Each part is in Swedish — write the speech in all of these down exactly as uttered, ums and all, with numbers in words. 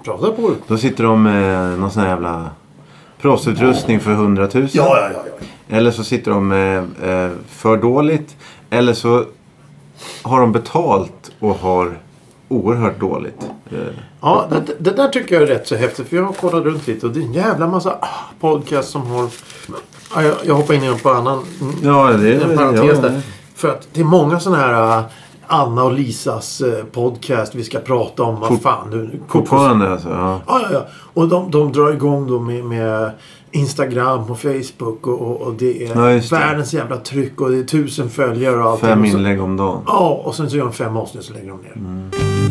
Prata på det. Då sitter de med någon sån här jävla proffsutrustning för hundratusen. Ja, ja, ja, ja. Eller så sitter de med eh, för dåligt. Eller så har de betalt och har oerhört dåligt. Eh. Ja, det, det där tycker jag är rätt så häftigt. För jag har kollat runt lite och det är en jävla massa podcast som har... Ja, jag, jag hoppar in igen på annan ja, det är, en parentes ja, där. ja. För att det är många sådana här... Anna och Lisas podcast. Vi ska prata om vad fan nu. Fortfarande alltså. Ja. Ja, ja, ja. Och de, de drar igång då med, med Instagram och Facebook. Och, och, och det är ja, det. världens jävla tryck. Och det är tusen följare och allting. Fem inlägg om dagen. Ja, och sen så gör de fem avsnitt så lägger de ner. Mm.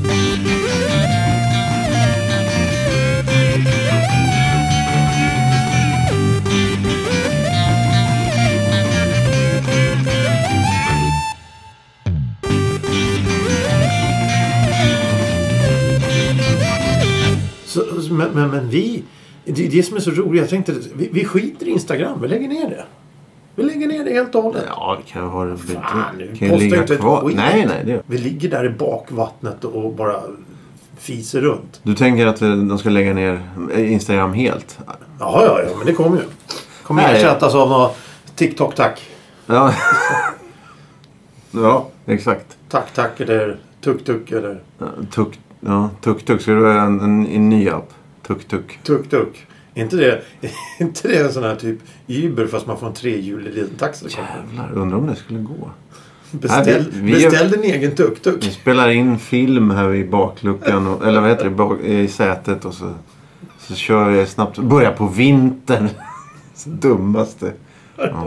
Så, men, men, men vi... Det är det som är så roligt. Jag tänkte, vi, vi skiter i Instagram. Vi lägger ner det. Vi lägger ner det helt och hållet. Ja, det kan ha det. Fan, nu kan ju ligga kvar. Nej, nej. Det... Vi ligger där i bakvattnet och bara fiser runt. Du tänker att de ska lägga ner Instagram helt? Ja, ja, ja. Men det kommer ju. Kommer ersättas av något TikTok, tack. Ja. Ja, exakt. Tack, tack. Eller tuk-tuk. Eller... Ja, tuk, ja, tuk-tuk. Ska du ha en, en, en ny app? Tuk-tuk. Tuk-tuk. Inte det, inte det en sån här typ Uber fast man får en trehjulig liten taxi? Jävlar, undrar om det skulle gå. Beställ, Nej, vi, vi beställ din egen tuk-tuk. Vi spelar in film här i bakluckan. Och, eller vad heter det? Bak, i sätet och så, så kör vi snabbt. Börjar på vintern. Dummaste. Ja.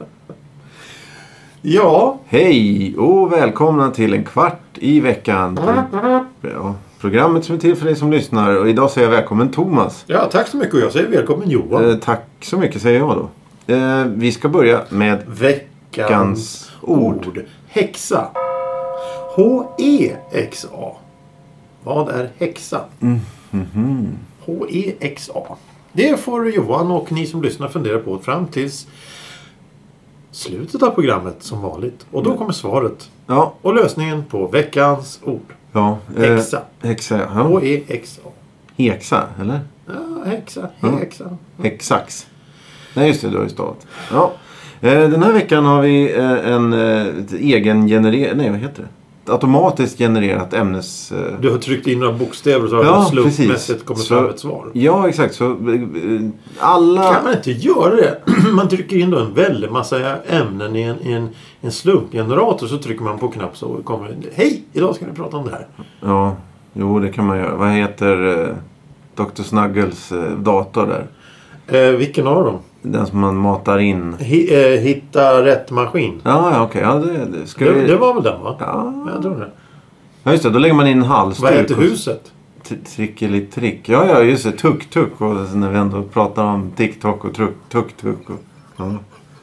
Ja. Hej och välkomna till en kvart i veckan. Ja, programmet som är till för dig som lyssnar. Och idag säger jag välkommen Thomas. Ja, tack så mycket. Och jag säger välkommen Johan. Eh, tack så mycket säger jag då. Eh, vi ska börja med veckans ord. ord. Häxa. H E X A. Vad är häxa? Mm. Mm-hmm. H E X A. Det får Johan och ni som lyssnar fundera på fram tills slutet av programmet som vanligt. Och då kommer svaret. Ja. Och lösningen på veckans ord. Ja. Eh, häxa. Häxa. Ja. H E X A. Hexa, eller? Ja, häxa. Hexa. Ja. Hexax. Nej, just det. Du har ju stavat. Ja. Eh, den här veckan har vi eh, en eh, egen genererad... Nej, vad heter det? Automatiskt genererat ämnes... Eh... Du har tryckt in några bokstäver och så har ja, du slumpmässigt kommit fram ett svar. Ja, exakt. Så alla... Kan man inte göra det? Man trycker in då en väldig massa ämnen i en, i en, en slumpgenerator så trycker man på knapp så kommer det. Hej, idag ska vi prata om det här. Ja, jo det kan man göra. Vad heter eh, doktor Snuggles eh, dator där? Eh, vilken av dem? Den som man matar in. H- eh, hitta rätt maskin. Ja, ja okej. Ja, det, det, ska det, vi... det var väl den va? Ja. Jag tror det. Ja, just det. Då lägger man in en halsduk. Vad heter huset? Trickelitrick. Ja, ja, just det. Tuk-tuk. Och när vi ändå pratar om TikTok och tuk-tuk. Ja.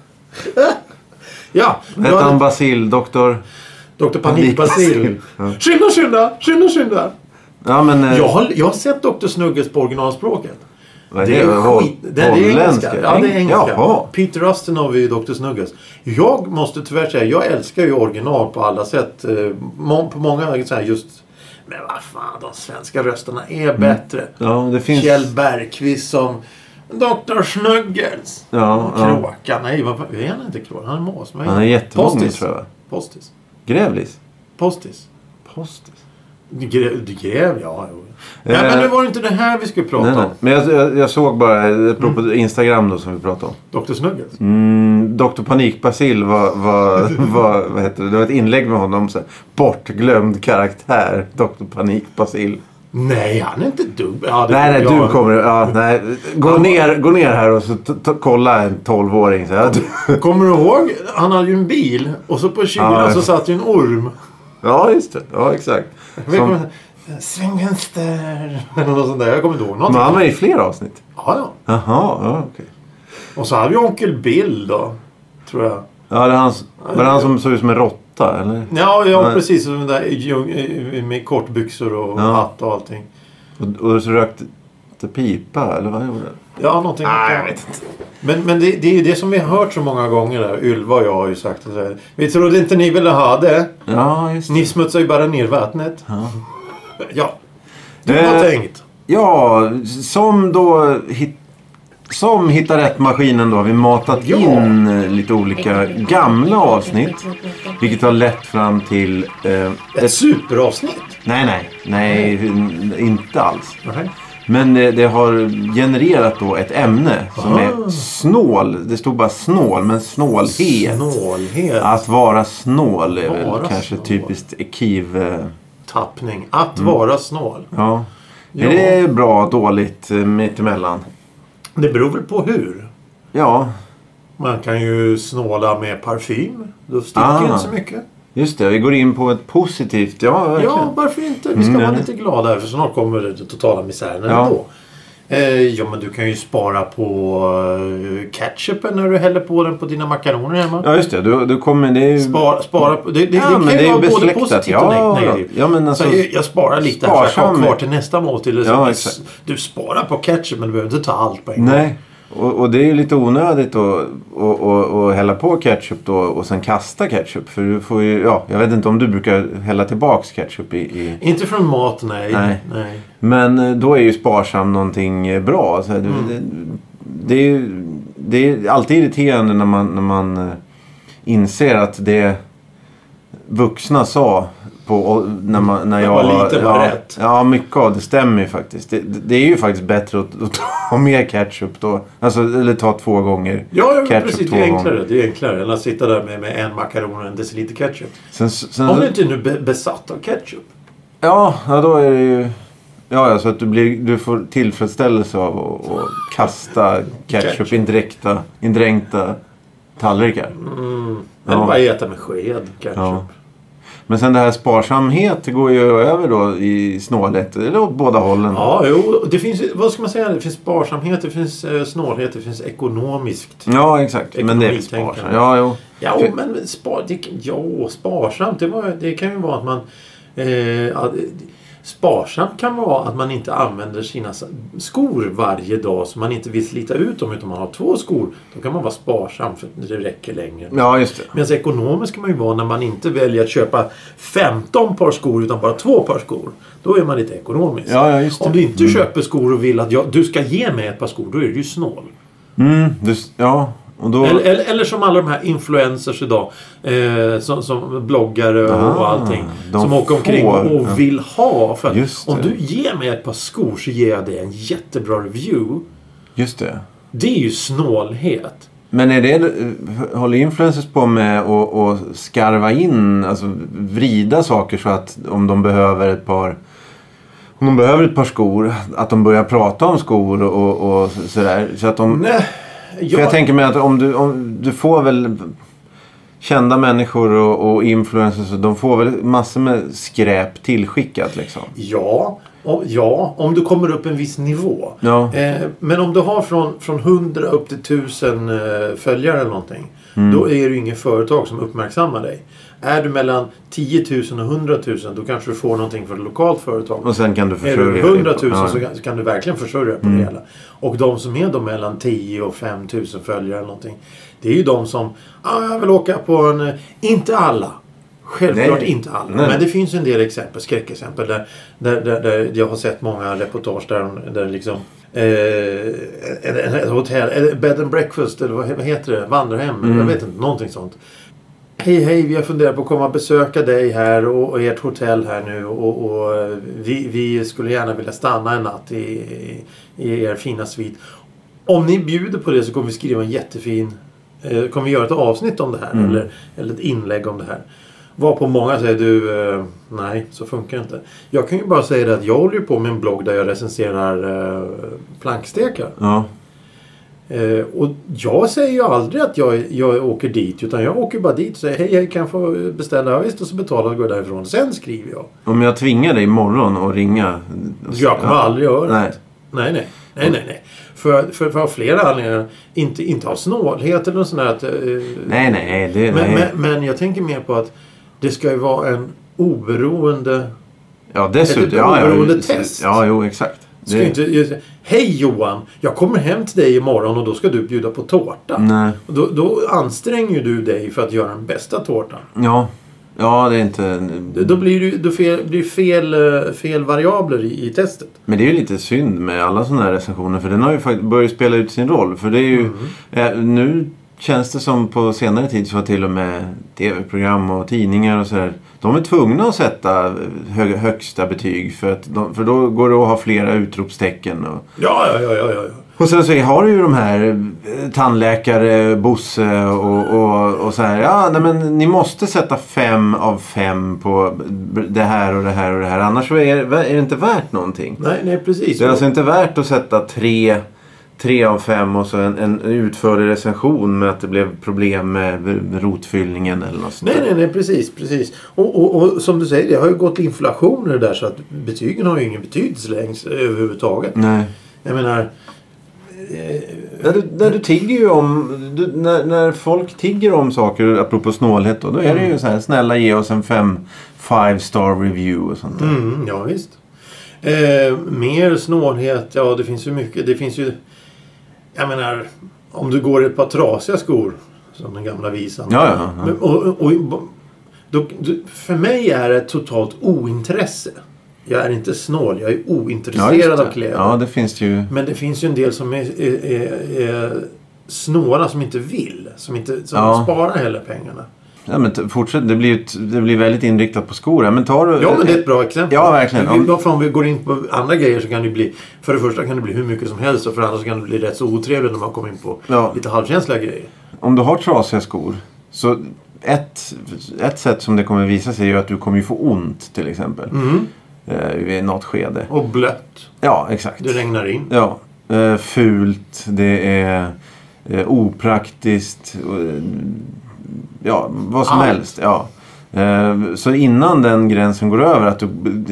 Ja. Vad heter han? Basil, doktor... Doktor Panik-Basil. Ja. Skynda, skynda, skynda, skynda. Ja, men... Eh... Jag, har, jag har sett doktor Snuggles på originalspråket. Vad är det? det är skit. Det är engelska. Ja, det är engelska. Jaha. Peter Ustinov är ju doktor Snuggles. Jag måste tyvärr säga, jag älskar ju original på alla sätt. På många så här just... Men vad fan, de svenska rösterna är mm. bättre. Ja, det finns... Kjell Bergqvist som doktor Snuggles. Ja, Kråka. Ja. Nej, vad är han inte kråka? Han är mås. Han är jättemånga, tror jag. Postis. Grävlis. Postis. Postis. Gräv, gräv ja. Ja, eh, men nu var det inte det här vi skulle prata nej, nej. om. Men jag, jag, jag såg bara mm. på Instagram då som vi pratade om. doktor Snuggles? Mm, doktor Panik-Basil var, var, var, vad heter det? Det var ett inlägg med honom. Så här, bortglömd karaktär. doktor Panik-Basil. Nej, han är inte dum. Ja, nej, nej, du kommer... Ja, nej. Gå, han, ner, gå ner här och så t- t- kolla en tolvåring. Så här. Kommer du ihåg? Han hade ju en bil. Och så på kylan ja, så satt ju en orm. Ja, just det. Ja, exakt. Som... Sväng vänster. Eller något sånt där. Jag kommer inte ihåg. Men han var i flera avsnitt. Ja, ja. Jaha, ja, okej. Okay. Och så hade ju onkel Bill då. Tror jag. Ja, det är han, var det han som såg ut som en råtta, eller? Ja, ja Nej. precis. Som där, med kortbyxor och ja. hatt och allting. Och, och så rökte pipa, eller vad gjorde det? Ja, någonting. Nej, jag vet inte. Men, men det, det är ju det som vi har hört så många gånger där. Ylva och jag har ju sagt så här. Vi trodde inte ni ville ha det. Ja, just det. Ni smutsar ju bara ner vattnet. Ja. Ja. Du har eh, tänkt. Ja, som då... Hit, som Hitta Rätt-maskinen då har vi matat Ja. in lite olika gamla avsnitt. Vilket har lett fram till... Eh, Ett ett, superavsnitt. nej, nej. Nej, inte alls. Nej. Men det, det har genererat då ett ämne som Ah. är snål. Det stod bara snål, men snålhet. Snålhet. Att vara snål är väl Vara kanske snål. typiskt ekiv... Eh, Tappning. Att Mm. vara snål. ja. Ja. Är det bra, dåligt, eh, mittemellan? Det beror väl på hur. Ja, Man kan ju snåla med parfym. Då sticker Ah. inte så mycket. just det. Vi går in på ett positivt. Ja, verkligen. Ja, varför inte? Vi ska Mm, vara ja. lite glada här för snart kommer det totala misären Ja. ändå. Eh, ja, men du kan ju spara på eh, ketchupen när du häller på den på dina makaroner hemma. Ja, just det. Du, du kommer... Det är ju... Spara, spara på... Det, det, Ja, det kan men ju det är ju vara både besläktat. positivt Ja, och negativt. ja, men alltså- Så jag, jag sparar lite här för att Sparsam. ha kvar till nästa måltid. Ja, Så- exakt. Du sparar på ketchup men du behöver inte ta allt på en gång. Nej. Och, och det är ju lite onödigt att och, och, och hälla på ketchup då och sen kasta ketchup. För du får ju... Ja, jag vet inte om du brukar hälla tillbaks ketchup i... i... Inte från mat, nej. Nej. nej. Men eh, då är ju sparsam någonting eh, bra. Så här, Mm. det, det, är ju, det är alltid irriterande när man, när man eh, inser att det vuxna sa på, och när, man, när jag var liten var ja, rätt. Ja, mycket av det stämmer ju faktiskt. Det, det är ju faktiskt bättre att, att ta mer ketchup då. Alltså, eller ta två gånger Ja, ja ketchup precis. två Det är gånger. enklare. Det är enklare än att sitta där med, med en makaron och en deciliter ketchup. Sen, sen, Om du inte är nu be- besatt av ketchup. ja, ja, då är det ju... Ja, ja, så att du, blir, du får tillfredsställelse av att, att kasta ketchup, Ketchup. indränkta, indränkta tallrikar. Mm. Ja. Eller bara äta med sked ketchup. Ja. Men sen det här sparsamhet går ju över då i snålhet, eller åt båda hållen. Ja, jo. Det finns, vad ska man säga? Det finns sparsamhet, det finns eh, snålhet, det finns ekonomiskt. Ja, exakt. Men det är Ekonomitänkande. sparsamt. Ja, jo. Ja, För- men spar, det, ja, sparsamt. Det, var, det kan ju vara att man... Eh, att, sparsamt kan vara att man inte använder sina skor varje dag så man inte vill slita ut dem utan man har två skor. Då kan man vara sparsam för att det räcker längre. Ja, just det. Medan ekonomiskt kan man ju vara när man inte väljer att köpa femton par skor utan bara två par skor. Då är man lite ekonomisk. Ja, ja, just det. Om du inte Mm. köper skor och vill att jag, du ska ge mig ett par skor, då är du ju snål. Mm, du, ja, och då... Eller, eller, eller som alla de här influencers idag. Eh, som, som bloggare och, Ah, och allting. de Som åker omkring får, och, och ja. vill ha. För Just att om det. du ger mig ett par skor så ger jag dig en jättebra review. Just det. Det är ju snålhet. Men är det, håller influencers på med att att skarva in, alltså vrida saker så att om de behöver ett par om de behöver ett par skor, att de börjar prata om skor och, och sådär. Så att de, Nej. för Jag, jag tänker mig att om du, om du får väl kända människor och, och influencers, de får väl massor med skräp tillskickat liksom. ja, och, ja, om du kommer upp en viss nivå. Ja. Eh, men om du har från, från hundra upp till tusen eh, följare eller någonting. Mm. Då är det ju inget företag som uppmärksammar dig. Är du mellan tio tusen och hundra tusen då kanske du får någonting från ett lokalt företag. Och sen kan du Är försörja du dig hundra på- tusen ja. så, kan, så kan du verkligen försörja dig på Mm. det hela. Och de som är då mellan tio och fem tusen följare eller någonting. Det är ju de som, ah, jag vill åka på en, eh, inte alla. Självklart Nej. inte alla. Nej. Men det finns en del exempel, skräckexempel där, där, där, där jag har sett många reportage där, där liksom eh, ett, ett hotell, eller bed and breakfast eller vad heter det? Vandrarhem, Mm. jag vet inte, någonting sånt. Hej hej, vi har funderat på att komma och besöka dig här och, och ert hotell här nu och, och eh, vi, vi skulle gärna vilja stanna en natt i, i er fina svit. Om ni bjuder på det så kommer vi skriva en jättefin, eh, kommer vi göra ett avsnitt om det här Mm. eller, eller ett inlägg om det här. Var på många säger du, eh, nej så funkar det inte. Jag kan ju bara säga det att jag håller ju på med en blogg där jag recenserar eh, plankstekar. Ja. Eh, och jag säger ju aldrig att jag, jag åker dit utan jag åker bara dit och säger hej hej kan jag få beställa, ja, visst, och så betalar och går därifrån. Sen skriver jag. Om jag tvingar dig imorgon att ringa. Jag kommer ja. aldrig göra Nej. det. Nej, nej. Nej, nej, nej. För, för, för flera anledningar. Inte, inte av snålhet eller något sånt där. Att, eh, Nej, nej. Det, men, nej. men, men jag tänker mer på att det ska ju vara en oberoende... Ja, dessutom. ett Ja, oberoende ja, test. Ja, jo, exakt. Ska inte, jag- hej Johan, jag kommer hem till dig imorgon och då ska du bjuda på tårta. Nej. Och Då, då anstränger ju du dig för att göra den bästa tårtan. Ja. Ja, det är inte... Då blir det då fel, blir fel, fel variabler i, i testet. Men det är ju lite synd med alla sådana här recensioner. För den har ju faktiskt börjat spela ut sin roll. För det är ju... Mm. Eh, nu känns det som på senare tid så till och med tv-program och tidningar och sådär. De är tvungna att sätta hö, högsta betyg. För, att de, för då går det att ha flera utropstecken. Och, ja, ja, ja, ja, ja. Och sen så har du ju de här tandläkare, Bosse och, och, och så här. Ja, nej, men ni måste sätta fem av fem på det här och det här och det här. Annars är, är det inte värt någonting. Nej, nej, precis. Det är alltså inte värt att sätta tre, tre av fem och så en, en utförlig recension med att det blev problem med rotfyllningen eller något sånt. Nej, nej, nej, precis, precis. Och, och, och som du säger, det har ju gått inflationer där så att betygen har ju ingen betydelse längre överhuvudtaget. Nej. Jag menar... När du, när du tigger ju om du, när, när folk tigger om saker apropå snålhet då, då är det ju så här, snälla ge oss en fem five star review och sånt där. Mm, ja visst. Eh, mer snålhet, ja det finns ju mycket. Det finns ju, jag menar, om du går i ett par trasiga skor som den gamla visan. Ja, ja, ja. Men, och, och, och då, för mig är det ett totalt ointresse. Jag är inte snål, jag är ointresserad ja, av kläder. Ja, det finns ju. Men det finns ju en del som är, är, är, är snåla som inte vill. Som inte som ja. sparar heller pengarna. Ja, men t- fortsätt. Det blir, ett, det blir väldigt inriktat på skor. Men tar du, ja, men det är ett bra exempel. Ja, verkligen. Om, om, om vi går in på andra grejer så kan det bli... För det första kan det bli hur mycket som helst. Och för det andra så kan det bli rätt så otrevligt när man kommer in på ja. lite halvkänsliga grejer. Om du har trasiga skor så... Ett, ett sätt som det kommer visa sig är ju att du kommer ju få ont till exempel. Mm. I något skede. Och blött. Ja, exakt. Det regnar in. Ja. Eh, fult. Det är eh, opraktiskt. Eh, ja, vad som Allt. helst. Ja. Eh, så innan den gränsen går över att du,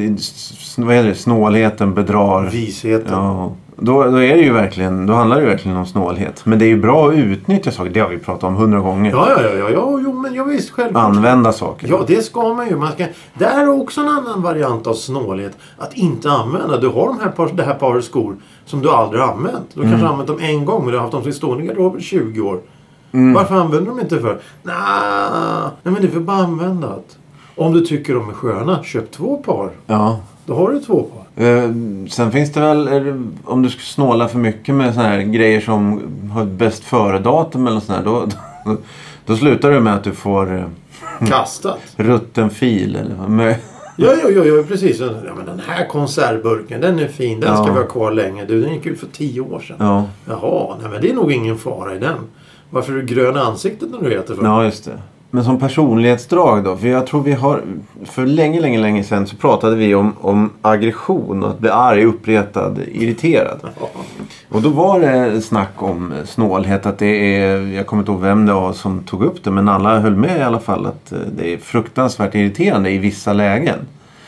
vad är det, snålheten bedrar. Visheten. Ja. Då, då är det ju verkligen, då handlar det ju verkligen om snålhet. Men det är ju bra att utnyttja saker. Det har vi pratat om hundra gånger. Ja, ja, ja, ja, jo, men jag visst själv. Använda saker. Ja, det ska man ju. Man ska, där är också en annan variant av snålhet. Att inte använda. Du har de här par, det här paret skor som du aldrig har använt. Du mm. kanske har använt dem en gång men du har haft dem som stående i garderoben tjugo år. Mm. Varför använder de inte för? Nah, nej, men det är för bara användat. Om du tycker de är sköna, köp två par. Ja. Då har du två par. Eh, sen finns det väl, det, om du ska snåla för mycket med såna här grejer som har bäst före-datum eller sådär, då, då, då slutar det med att du får eh, kastat. rutten fil eller med. Ja, ja, ja, ja, precis. Ja, men den här konservburken, den är fin. Den ja. ska vi ha kvar länge. Du, den gick ut för tio år sedan. Ja. Jaha, nej, men det är nog ingen fara i den. Varför är du grön i ansiktet när du äter för? Ja, just det. Men som personlighetsdrag då, för jag tror vi har, för länge, länge, länge sedan så pratade vi om, om aggression och att bli arg, uppretad, irriterad. Och då var det snack om snålhet, att det är, jag kommer inte ihåg vem det var som tog upp det, men alla höll med i alla fall att det är fruktansvärt irriterande i vissa lägen.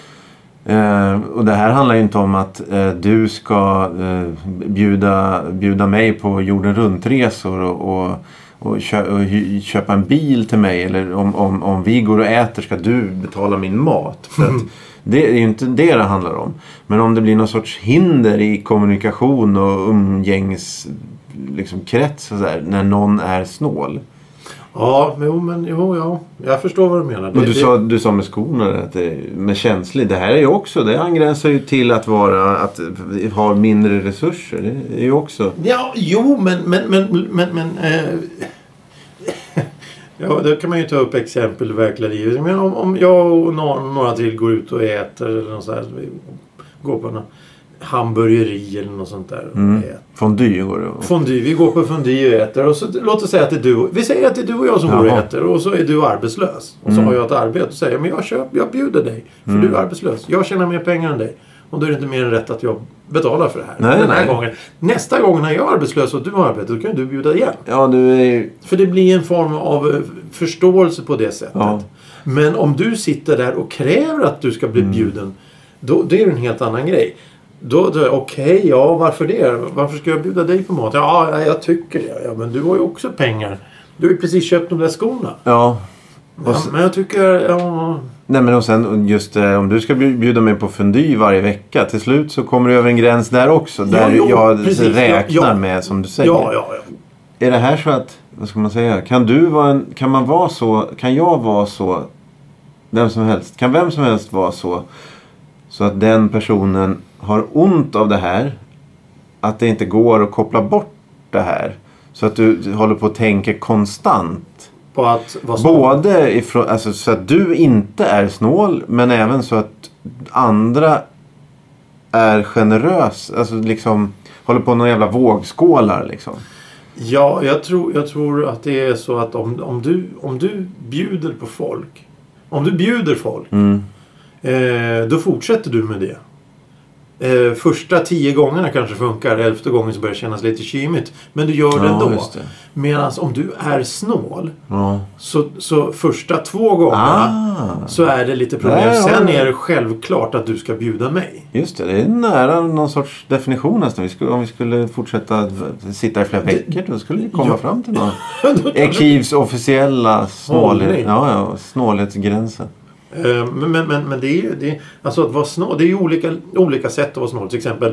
Uh, och det här handlar ju inte om att uh, du ska uh, bjuda, bjuda mig på jorden runt-resor och, och Och, kö- och hy- köpa en bil till mig, eller om, om, om vi går och äter ska du betala min mat. För att det är ju inte det det handlar om. Men om det blir någon sorts hinder i kommunikation och umgängs liksom, krets och så där, när någon är snål. Ja, jo, men jo, ja. Jag förstår vad du menar. Det, och du, det... sa, du sa med skorna att det, med känslig. Det här är ju också, det angränsar ju till att vara, att ha mindre resurser. Det är ju också. Ja, jo, men men men men, men äh... ja, då kan man ju ta upp exempel i verkliga livet. Men om, om jag och några, några till går ut och äter eller något så här, vi går på en hamburgeri eller något sånt där. Mm. Fondue går det. Fondue, vi går på fondue och äter. Och så, låt oss säga att det är du. Vi säger att det är du och jag som Jaha. går och äter. Och så är du arbetslös. Och så mm. har jag ett arbete och säger, men jag köper, jag bjuder dig. För mm. du är arbetslös. Jag tjänar mer pengar än dig. Och då är det inte mer än rätt att jag betalar för det här. Nej, den här nej. gången. Nästa gång när jag är arbetslös och du har arbete, då kan du bjuda igen. Ja, du är... För det blir en form av förståelse på det sättet. Ja. Men om du sitter där och kräver att du ska bli mm. bjuden, då det är det en helt annan grej. Då, då okej, okay, ja, varför det? Varför ska jag bjuda dig på mat? Ja, jag tycker det. Ja, men du har ju också pengar. Du har ju precis köpt de där skorna. Ja. Ja, men jag tycker, ja... Nej, men och sen just om du ska bjuda mig på fondue varje vecka, till slut så kommer du över en gräns där också. Där ja, jo, jag precis, räknar ja, ja. med, som du säger. Ja, ja, ja. Är det här så att, vad ska man säga? Kan du vara en, kan man vara så, kan jag vara så vem som helst. Kan vem som helst vara så. Så att den personen har ont av det här. Att det inte går att koppla bort det här. Så att du håller på att tänka konstant. På att vara snål. Både ifrån, alltså, så att du inte är snål. Men även så att andra är generös. Alltså liksom håller på någon jävla vågskålar liksom. Ja, jag tror, jag tror att det är så att om, om, du, om du bjuder på folk. Om du bjuder folk. Mm. Eh, då fortsätter du med det. Eh, första tio gångerna kanske funkar. Elfte gången så börjar det kännas lite kymigt. Men du gör det Ja, ändå. just det. Medan om du är snål. Ja. Så, så första två gångerna. Ah. Så är det lite problem. Nej, ja, Sen ja. är det självklart att du ska bjuda mig. Just det, det är nära någon sorts definition nästan. Vi skulle, om vi skulle fortsätta att sitta i flera veckor då skulle vi komma Ja. fram till någon. Ekivs officiella snålhet, Hållning. ja, ja, snålhetsgränsen. Eh, Men, men, men, men det är ju det, alltså att vara snål. Det är ju olika, olika sätt att vara snål. Till exempel.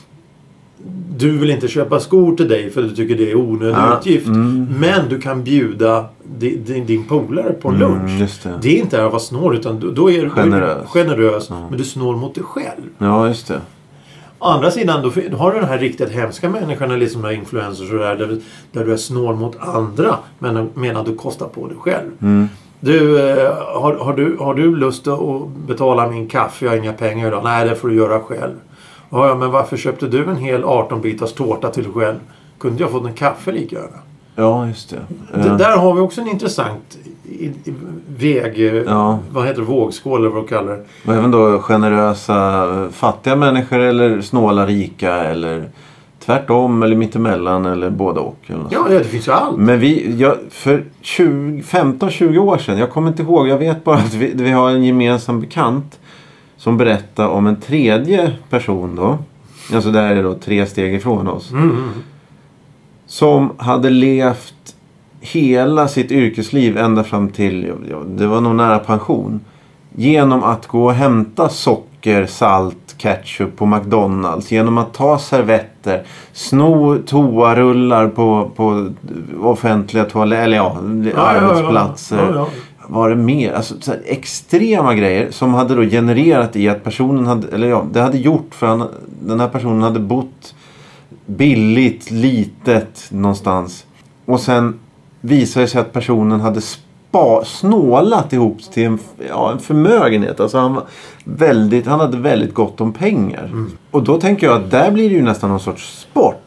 Du vill inte köpa skor till dig för du tycker det är onödig Ja, utgift. mm. Men du kan bjuda din, din, din polare på en Mm, lunch. just det. Det är inte att vara snål utan då, då är du Generös. generös Ja. men du är snål mot dig själv. Ja, just det. Å andra sidan då, då har du den här riktigt hemska människorna liksom de här influencers och där, där, där du är snål mot andra men medan du kostar på dig själv. Mm. Du, eh, har, har du, har du lust att betala min kaffe? Jag har inga pengar idag. Nej, det får du göra själv. Ja, ja, men varför köpte du en hel arton-bitars tårta till dig själv? Kunde jag fått en kaffe lika gärna? Ja, just det. Det, Eh, där har vi också en intressant i, i, väg... Ja. Vad heter det? Vågskål eller vad de kallar det. Och även då generösa fattiga människor eller snåla rika eller tvärtom eller mittemellan eller båda och. Eller något Ja, sånt. ja, det finns ju allt. Men vi, jag, för tjugo, femton tjugo år sedan, jag kommer inte ihåg, jag vet bara att vi, vi har en gemensam bekant som berättar om en tredje person då. Alltså där är det då tre steg ifrån oss. Mm, mm. Som hade levt hela sitt yrkesliv ända fram till, ja, det var nog nära pension. Genom att gå och hämta socker, salt, ketchup på McDonalds. Genom att ta servetter, sno toarullar på, på offentliga toaletter, eller ja, arbetsplatser. Ja, ja, ja. Var det mer? Alltså så här, extrema grejer som hade då genererat i att personen hade, eller ja, det hade gjort för han, den här personen hade bott billigt, litet någonstans. Och sen visade det sig att personen hade spa, snålat ihop till en, ja, en förmögenhet. Alltså han, var väldigt, han hade väldigt gott om pengar. Mm. Och då tänker jag att där blir det ju nästan någon sorts sport.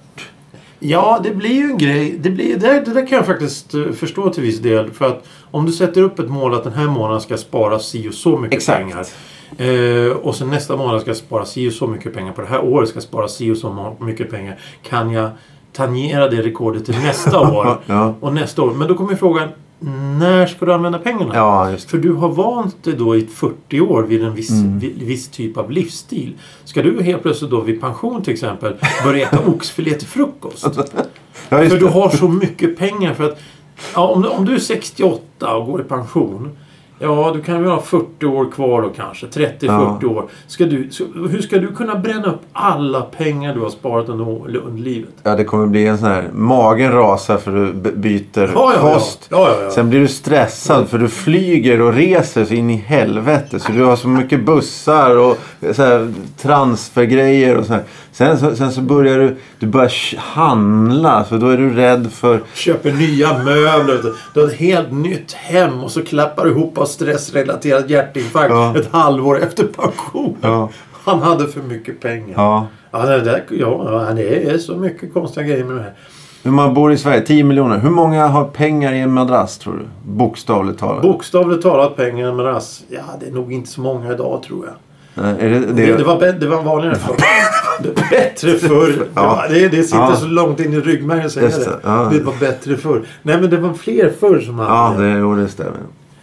Ja, det blir ju en grej. Det, blir, det, det där kan jag faktiskt uh, förstå till viss del. För att om du sätter upp ett mål att den här månaden ska spara si och så mycket Exakt. pengar. Eh, och sen nästa månad ska jag spara si och så mycket pengar. På det här året ska jag spara si och så mycket pengar. Kan jag tangera det rekordet till nästa år? Ja. Och nästa år. Men då kommer frågan, när ska du använda pengarna? Ja, just det. För du har vant dig då i fyrtio år vid en viss, Mm. vi- viss typ av livsstil. Ska du helt plötsligt då vid pension till exempel börja äta oxfilé till frukost? Ja, just För du det. har så mycket pengar för att ja, om, du, om du är sextioåtta och går i pension. Ja, du kan väl ha fyrtio år kvar då kanske. trettio till fyrtio år. Ska du, så, hur ska du kunna bränna upp alla pengar du har sparat under, under livet? Ja, det kommer bli en sån här, magen rasar för du b- byter Ja, ja, ja. kost. Ja, ja, ja. Sen blir du stressad för du flyger och reser så in i helvete. Så du har så mycket bussar och så här, transfergrejer och så här. Sen så, sen så börjar du, du börjar sh- handla, så då är du rädd för... Köper nya möbler. Du har ett helt nytt hem och så klappar du ihop av stressrelaterad hjärtinfarkt Ja. ett halvår efter pension. Ja. Han hade för mycket pengar. Ja. Ja, det, där, ja, det är så mycket konstiga grejer med det här. Hur man bor i Sverige, tio miljoner. Hur många har pengar i en madrass, tror du? Bokstavligt talat. Bokstavligt talat pengar med rass. Ja, det är nog inte så många idag tror jag. Nej, är det, det, Det, det, var, bä- det var vanligare förr. Det var bättre förr. Ja. Ja. Det, det sitter Ja. så långt in i ryggmärgen att säga Just det. det. Ja. Det var bättre förr. Nej, men det var fler förr som hade Ja, det. det, jo, det stämmer.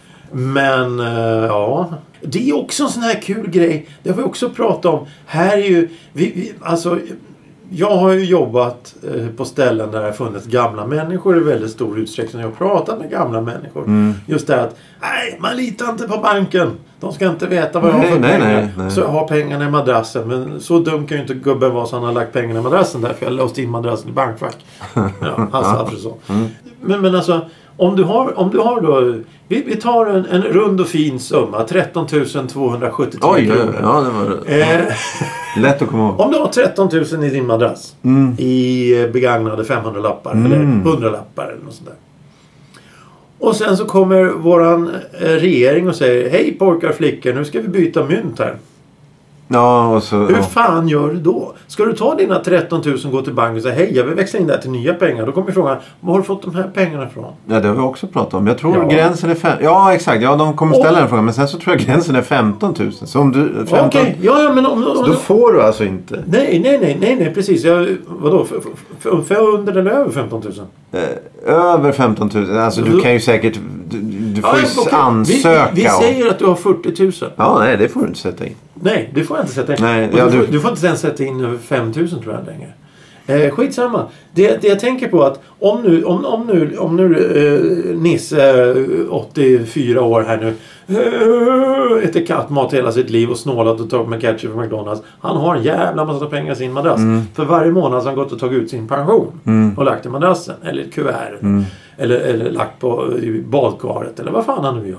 Men eh, ja, det är också en sån här kul grej. Det har vi också pratat om. Här är ju, vi, vi, alltså, jag har ju jobbat eh, på ställen där det har funnits gamla människor i väldigt stor utsträckning. Jag har pratat med gamla människor. Mm. Just det att, nej, man litar inte på banken. De ska inte veta vad jag har Nej, för nej, pengar. nej, nej. Så jag har pengarna i madrassen. Men så dum kan ju inte gubben vara så han har lagt pengarna i madrassen. Därför jag låst in madrassen i bankfack. Ja, alltså, alltså så. Mm. Men, men alltså, Om du har, om du har då... Vi, vi tar en, en rund och fin summa. tretton tusen tvåhundrasjuttiotre Oj, kronor. ja, det var det. Eh, Lätt att komma ihåg. Om du har tretton tusen i din madrass. Mm. I begagnade femhundra-lappar. Mm. Eller hundra-lappar eller något sånt där. Och sen så kommer våran eh, regering och säger: hej pojkar och flickor, nu ska vi byta mynt här. Ja, och så... Hur Ja. fan gör du då? Ska du ta dina tretton tusen, gå till banken och säga: hej, jag vill växla in det här till nya pengar. Då kommer frågan: var har du fått de här pengarna ifrån? Ja, det har vi också pratat om. Jag tror Ja. gränsen är fem... Ja, exakt. Ja, de kommer ställa Och- den frågan. Men sen så tror jag gränsen är femton tusen. Så om du... femton... Okej, ja, ja, men om... om Så då får du alltså inte... Nej, nej, nej, nej, nej, precis. Jag, vadå? För, för, för jag under eller över femton tusen? Eh, över femton tusen. Alltså du Då- kan ju säkert... Du, du får Ja, ju okej. ansöka. Vi, vi om- säger att du har fyrtio tusen. Ja, nej, det får du inte sätta in. Nej, det får jag inte sätta in. Nej, Och ja, du, får, du- du får inte ens sätta in över fem tusen tror jag längre. Eh, skitsamma. Det, det jag tänker på att om nu, om, om nu, om nu eh, Nisse, eh, åttiofyra år här nu, eh, äter kattmat hela sitt liv och snålat och tagit med ketchup från McDonalds. Han har en jävla massa pengar i sin madrass. Mm. För varje månad har han gått och tagit ut sin pension. Mm. Och lagt i madrassen. Eller ett kuvert. Mm. Eller, eller lagt på i badkaret. Eller vad fan han nu gör.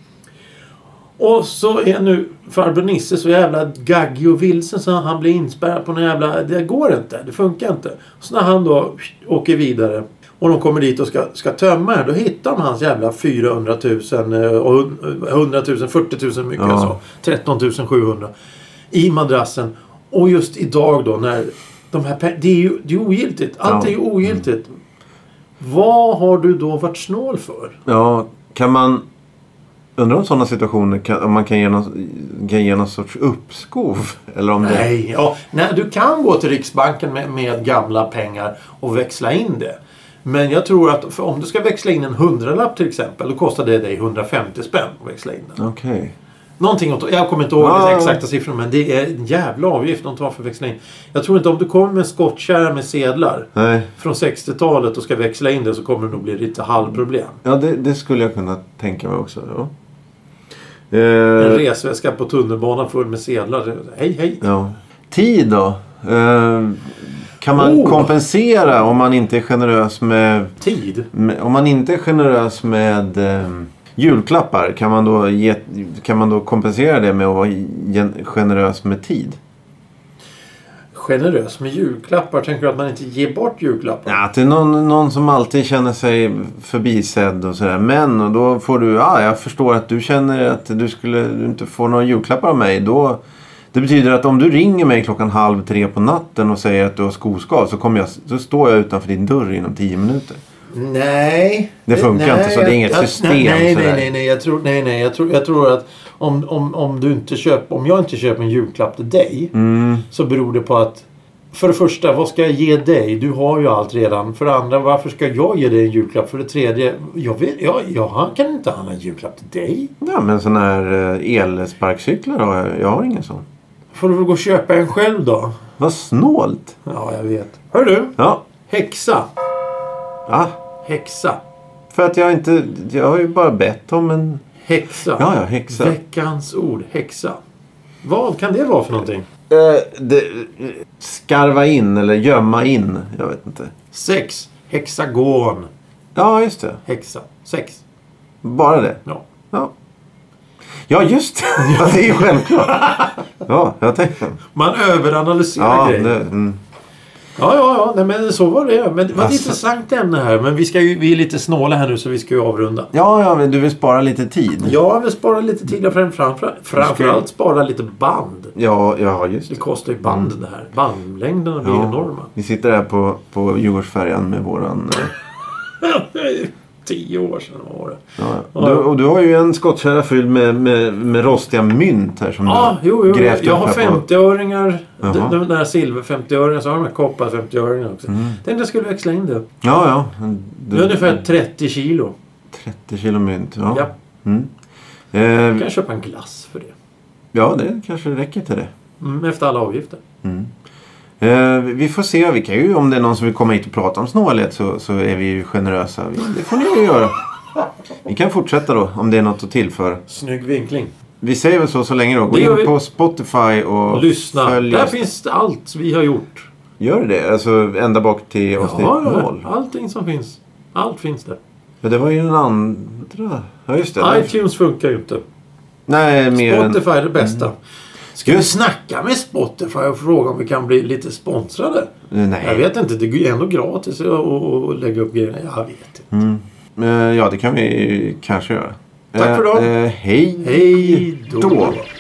Och så är nu farbror Nisse så jävla gaggig och vilsen så han blir inspärrad på någon jävla... Det går inte, det funkar inte. Så när han då åker vidare och de kommer dit och ska, ska tömma här, då hittar de hans jävla fyrahundratusen och hundratusen, fyrtio tusen mycket Ja. alltså. tretton tusen sjuhundra i madrassen. Och just idag då när de här pe- det är ju det är ogiltigt. Allt Ja. är ju ogiltigt. Vad har du då varit snål för? Ja, kan man... Undrar om sådana situationer kan, om man kan ge, någon, kan ge någon sorts uppskov? Eller om det... Nej, ja, nej, du kan gå till Riksbanken med, med gamla pengar och växla in det. Men jag tror att för om du ska växla in en hundralapp till exempel, då kostar det dig hundrafemtio spänn att växla in den. Okej. Någonting åt, jag kommer inte ihåg Ja. de exakta siffror, men det är en jävla avgift de tar för att växla in. Jag tror inte om du kommer med en skottkärra med sedlar Nej. från sextiotalet och ska växla in det så kommer det nog bli lite halvproblem. Ja, det, det skulle jag kunna tänka mig också. Ja. En Eh, resväska på tunnelbanan full med sedlar. Hej, hej. ja. Tid då? Eh, kan man Oh. kompensera om man inte är generös med... Tid. med om man inte är generös med eh, julklappar, kan man, då ge, kan man då kompensera det med att vara gen- generös med tid? Generös med julklappar. Tänker du att man inte ger bort julklappar? Ja, till någon, någon som alltid känner sig förbisedd och sådär. Men och då får du, ja, jag förstår att du känner att du skulle du inte få några julklappar av mig. Då, det betyder att om du ringer mig klockan halv tre på natten och säger att du har skoskav, så kommer jag, så står jag utanför din dörr inom tio minuter. Nej. Det funkar nej, inte så, det är inget jag, system Nej, nej, sådär. nej, nej. Jag tror, nej, nej. Jag tror, jag tror att om, om, om, du inte köper, om jag inte köper en julklapp till dig Mm. så beror det på att för det första, vad ska jag ge dig? Du har ju allt redan. För det andra, varför ska jag ge dig en julklapp? För det tredje, jag, vet, jag, jag kan inte ha en julklapp till dig. Ja, men sådana här eh, elsparkcyklar har jag, jag har ingen sån. Får du väl gå och köpa en själv då? Vad snålt. Ja, jag vet. Hör du? Ja. Häxa. Ja. Häxa. För att jag inte, jag har ju bara bett om en... Häxa. Ja, ja, häxa. Veckans ord. Häxa. Vad kan det vara för någonting? Eh, det, skarva in eller gömma in. Jag vet inte. Sex. Hexagon. Ja, just det. Häxa. Sex. Bara det. Ja. Ja, ja just det. Ja, det är ju självklart. Ja, jag tänkte. Man överanalyserar Ja, grejer. det, mm. Ja, ja, ja. Nej, men så var det. Men det var ett Alltså. intressant ämne här. Men vi, ska ju, vi är lite snåla här nu så vi ska ju avrunda. ja, ja, men du vill spara lite tid. Jag vill spara lite tid och framför, framförallt spara lite band. Ja, ja, just Det det. kostar ju band det här. Bandlängderna blir Ja. enorma. Vi sitter här på, på Djurgårdsfärjan med våran... Eh, Tio år sedan var det. ja. Och, du, och du har ju en skottkärra fylld med, med, med rostiga mynt här som Ja, du jo, jo. grävt Jag upp har här på. femtioöringar. Jaha. De, de där silver femtioöringar. Så har de här koppar femtioöringar också. Mm. Tänkte jag skulle växla in det. Ja, ja. Det är ungefär trettio kilo. trettio kilo mynt. Ja. Ja. Mm. Jag Eh, kan köpa en glass för det. ja, det kanske räcker till det. Mm, efter alla avgifter. Mm. Eh, vi får se. Vi kan ju, om det är någon som vill komma hit och prata om snålhet så, så är vi ju generösa. Det får ni ju göra. Vi kan fortsätta då om det är något att tillföra. Snygg vinkling. Vi säger väl så så länge då. Gå Det gör in vi. på Spotify och Lyssna. följ Där oss. finns det allt vi har gjort. Gör det? Alltså ända bak till avsnitt Ja, ja, noll. allting som finns. Allt finns där. Men det var ju den andra. Ja, just det. iTunes funkar ju inte. Nej, mer Spotify är det bästa. Mm. Ska vi snacka med Spotify och fråga om vi kan bli lite sponsrade? Nej. Jag vet inte. Det är ändå gratis att, att lägga upp grejerna. Jag vet inte. Mm. Ja, det kan vi kanske göra. Tack för idag. Eh, eh, hej Hej då. då.